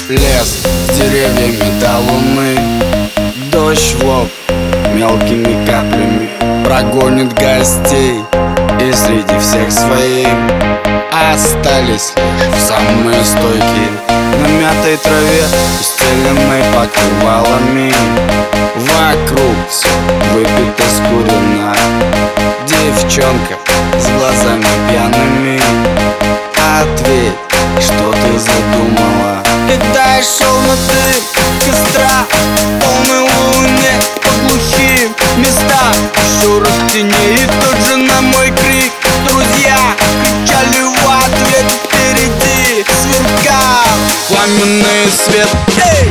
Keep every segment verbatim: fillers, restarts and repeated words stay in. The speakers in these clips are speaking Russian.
Лес с деревьями до луны, дождь в лоб мелкими каплями прогонит гостей, и среди всех своих остались лишь самые стойкие. На мятой траве, устеленной покрывалами, вокруг все выпито скурено. Девчонка с глазами пьяными, ответь, что ты задумала? Когда я шел на дым костра, полной луне, по глухим местам, шорох теней, и тут же на мой крик друзья кричали в ответ. Впереди сверкал пламенный свет. Эй!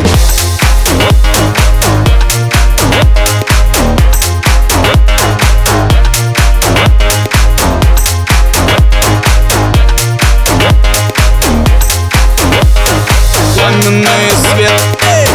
Пламенный свет. Эй!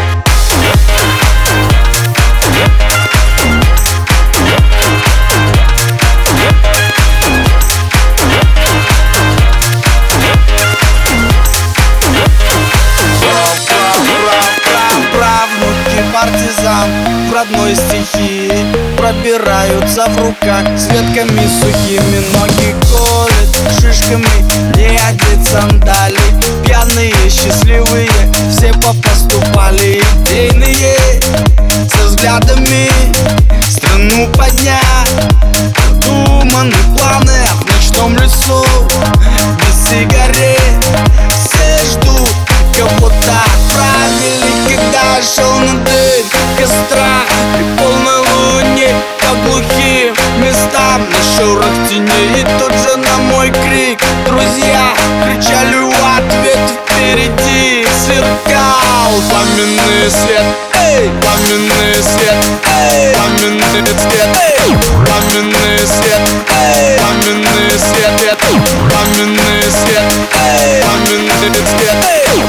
Правнуки партизан в родной стихии пробираются в руках с ветками сухими. Ноги колят шишками, не одеть сандали. Пьяные, счастливые, все попоступали. Идейные, со взглядами страну поднять. Продуманы планы в ночном лесу, без сигарет. Все ждут кого-то отправили. Когда шел на дым костра, при полной луне, по глухим местам, на шорох теней, и тут же на мой крик друзья кричали в ответ. Впереди сверкал пламенный свет. Эй! Пламенный свет. Эй! Пламенный свет. Эй! Пламенный свет. Эй! Пламенный свет. Пламенный свет. Эй! Пламенный свет. Эй!